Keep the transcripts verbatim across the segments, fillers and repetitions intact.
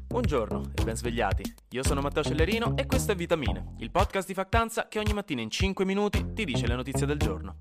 Buongiorno e ben svegliati, io sono Matteo Cellerino e questo è Vitamine, il podcast di Factanza che ogni mattina in cinque minuti ti dice le notizie del giorno.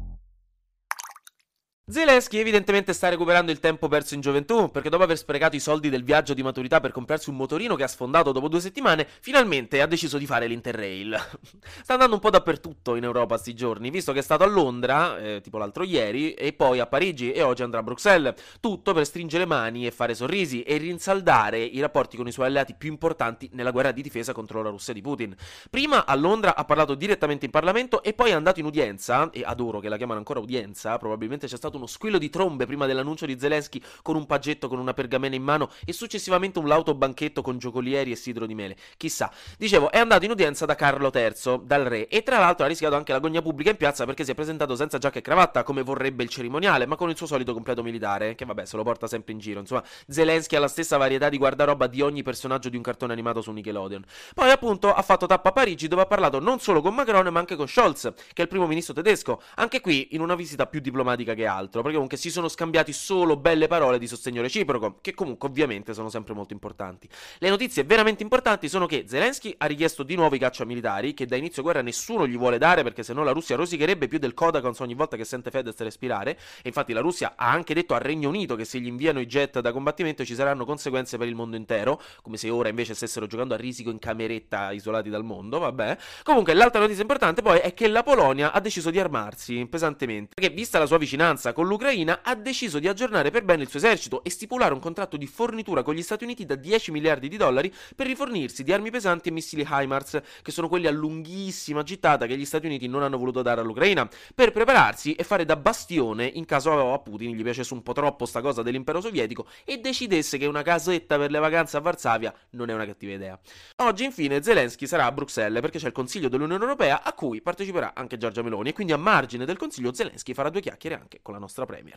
Zelensky evidentemente sta recuperando il tempo perso in gioventù, perché dopo aver sprecato i soldi del viaggio di maturità per comprarsi un motorino che ha sfondato dopo due settimane, finalmente ha deciso di fare l'Interrail. Sta andando un po' dappertutto in Europa sti giorni, visto che è stato a Londra, eh, tipo l'altro ieri, e poi a Parigi e oggi andrà a Bruxelles. Tutto per stringere mani e fare sorrisi e rinsaldare i rapporti con i suoi alleati più importanti nella guerra di difesa contro la Russia di Putin. Prima a Londra ha parlato direttamente in Parlamento e poi è andato in udienza, e adoro che la chiamano ancora udienza, probabilmente c'è stato uno squillo di trombe prima dell'annuncio di Zelensky con un paggetto con una pergamena in mano e successivamente un lauto banchetto con giocolieri e sidro di mele. Chissà. Dicevo, è andato in udienza da Carlo terzo, dal re, e tra l'altro ha rischiato anche la gogna pubblica in piazza perché si è presentato senza giacca e cravatta come vorrebbe il cerimoniale, ma con il suo solito completo militare, che vabbè se lo porta sempre in giro. Insomma, Zelensky ha la stessa varietà di guardaroba di ogni personaggio di un cartone animato su Nickelodeon. Poi appunto ha fatto tappa a Parigi, dove ha parlato non solo con Macron ma anche con Scholz, che è il primo ministro tedesco, anche qui in una visita più diplomatica che altro, perché comunque si sono scambiati solo belle parole di sostegno reciproco, che comunque ovviamente sono sempre molto importanti. Le notizie veramente importanti sono che Zelensky ha richiesto di nuovo i caccia militari, che da inizio guerra nessuno gli vuole dare perché sennò la Russia rosicherebbe più del Kodakons ogni volta che sente Fedez respirare, e infatti la Russia ha anche detto al Regno Unito che se gli inviano i jet da combattimento ci saranno conseguenze per il mondo intero, come se ora invece stessero giocando a risico in cameretta isolati dal mondo, vabbè. Comunque l'altra notizia importante poi è che la Polonia ha deciso di armarsi pesantemente, perché vista la sua vicinanza con l'Ucraina ha deciso di aggiornare per bene il suo esercito e stipulare un contratto di fornitura con gli Stati Uniti da dieci miliardi di dollari per rifornirsi di armi pesanti e missili HIMARS, che sono quelli a lunghissima gittata che gli Stati Uniti non hanno voluto dare all'Ucraina, per prepararsi e fare da bastione in caso a Putin gli piacesse un po' troppo sta cosa dell'impero sovietico e decidesse che una casetta per le vacanze a Varsavia non è una cattiva idea. Oggi infine Zelensky sarà a Bruxelles perché c'è il Consiglio dell'Unione Europea a cui parteciperà anche Giorgia Meloni, e quindi a margine del Consiglio Zelensky farà due chiacchiere anche con la nostra Premier.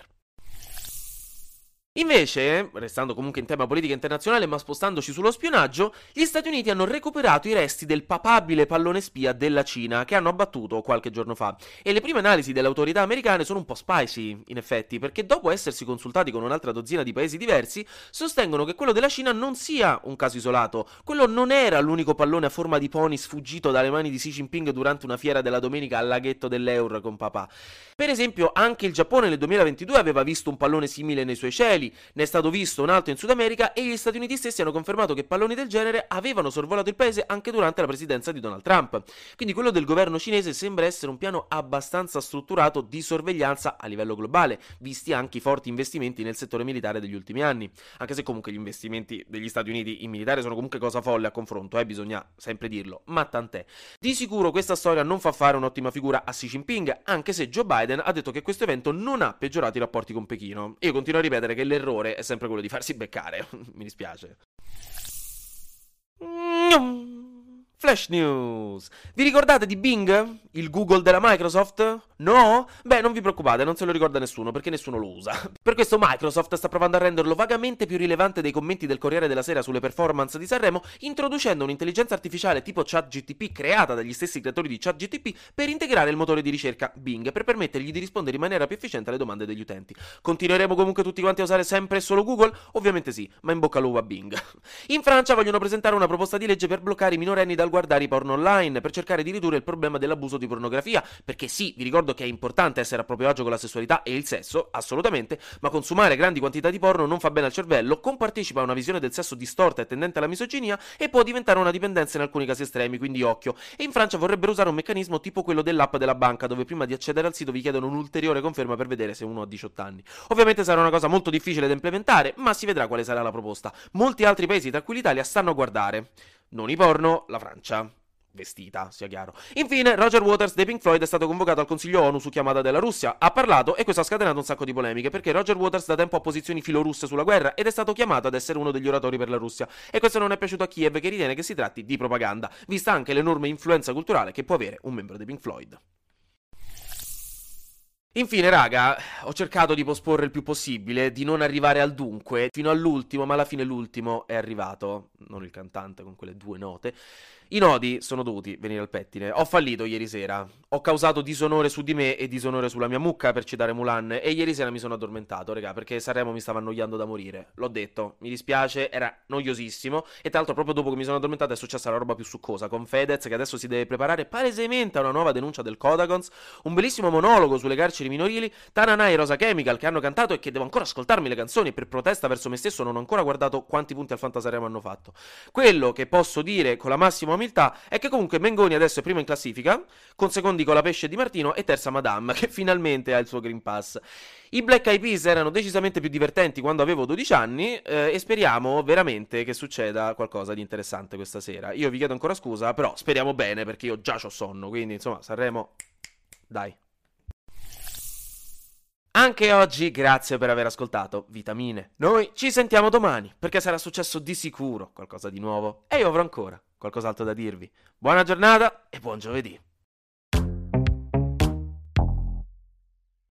Invece, restando comunque in tema politica internazionale ma spostandoci sullo spionaggio, gli Stati Uniti hanno recuperato i resti del papabile pallone spia della Cina che hanno abbattuto qualche giorno fa, e le prime analisi delle autorità americane sono un po' spicy, in effetti, perché dopo essersi consultati con un'altra dozzina di paesi diversi, sostengono che quello della Cina non sia un caso isolato. Quello non era l'unico pallone a forma di pony sfuggito dalle mani di Xi Jinping durante una fiera della domenica al laghetto dell'Eur con papà. Per esempio, anche il Giappone nel duemilaventidue aveva visto un pallone simile nei suoi cieli, ne è stato visto un altro in Sud America e gli Stati Uniti stessi hanno confermato che palloni del genere avevano sorvolato il paese anche durante la presidenza di Donald Trump. Quindi quello del governo cinese sembra essere un piano abbastanza strutturato di sorveglianza a livello globale, visti anche i forti investimenti nel settore militare degli ultimi anni. Anche se comunque gli investimenti degli Stati Uniti in militare sono comunque cosa folle a confronto, eh, bisogna sempre dirlo, ma tant'è. Di sicuro questa storia non fa fare un'ottima figura a Xi Jinping, anche se Joe Biden ha detto che questo evento non ha peggiorato i rapporti con Pechino. Io continuo a ripetere che l'errore è sempre quello di farsi beccare. Mi dispiace. Flash News. Vi ricordate di Bing? Il Google della Microsoft? No? Beh, non vi preoccupate, non se lo ricorda nessuno, perché nessuno lo usa. Per questo Microsoft sta provando a renderlo vagamente più rilevante dei commenti del Corriere della Sera sulle performance di Sanremo, introducendo un'intelligenza artificiale tipo ChatGPT creata dagli stessi creatori di ChatGPT per integrare il motore di ricerca Bing, per permettergli di rispondere in maniera più efficiente alle domande degli utenti. Continueremo comunque tutti quanti a usare sempre e solo Google? Ovviamente sì, ma in bocca al lupo a Bing. In Francia vogliono presentare una proposta di legge per bloccare i minorenni dal guardare i porno online, per cercare di ridurre il problema dell'abuso di pornografia, perché sì, vi ricordo che è importante essere a proprio agio con la sessualità e il sesso, assolutamente, ma consumare grandi quantità di porno non fa bene al cervello, compartecipa a una visione del sesso distorta e tendente alla misoginia e può diventare una dipendenza in alcuni casi estremi, quindi occhio. E in Francia vorrebbero usare un meccanismo tipo quello dell'app della banca, dove prima di accedere al sito vi chiedono un'ulteriore conferma per vedere se uno ha diciotto anni. Ovviamente sarà una cosa molto difficile da implementare, ma si vedrà quale sarà la proposta. Molti altri paesi, tra cui l'Italia, stanno a guardare. Non i porno, la Francia. Vestita, sia chiaro. Infine, Roger Waters dei Pink Floyd è stato convocato al Consiglio ONU su chiamata della Russia. Ha parlato e questo ha scatenato un sacco di polemiche, perché Roger Waters da tempo ha posizioni filorusse sulla guerra ed è stato chiamato ad essere uno degli oratori per la Russia. E questo non è piaciuto a Kiev, che ritiene che si tratti di propaganda, vista anche l'enorme influenza culturale che può avere un membro dei Pink Floyd. Infine, raga, ho cercato di posporre il più possibile, di non arrivare al dunque, fino all'ultimo, ma alla fine l'ultimo è arrivato, non il cantante con quelle due note. I nodi sono dovuti venire al pettine. Ho fallito ieri sera. Ho causato disonore su di me e disonore sulla mia mucca, per citare Mulan, e ieri sera mi sono addormentato, regà, perché Sanremo mi stava annoiando da morire. L'ho detto, mi dispiace, era noiosissimo, e tra l'altro proprio dopo che mi sono addormentato è successa la roba più succosa, con Fedez che adesso si deve preparare palesemente a una nuova denuncia del Codagons, un bellissimo monologo sulle carceri minorili, Tananai e Rosa Chemical che hanno cantato e che devo ancora ascoltarmi le canzoni, e per protesta verso me stesso non ho ancora guardato quanti punti al Fantasaremo hanno fatto. Quello che posso dire con la massima umiltà è che comunque Mengoni adesso è primo in classifica, con secondi con la Pesce Di Martino e terza Madame, che finalmente ha il suo Green Pass. I Black Eyed Peas erano decisamente più divertenti quando avevo dodici anni eh, e speriamo veramente che succeda qualcosa di interessante questa sera. Io vi chiedo ancora scusa, però speriamo bene perché io già ho sonno, quindi insomma Sanremo, dai. Anche oggi grazie per aver ascoltato Vitamine. Noi ci sentiamo domani perché sarà successo di sicuro qualcosa di nuovo e io avrò ancora qualcos'altro da dirvi. Buona giornata e buon giovedì.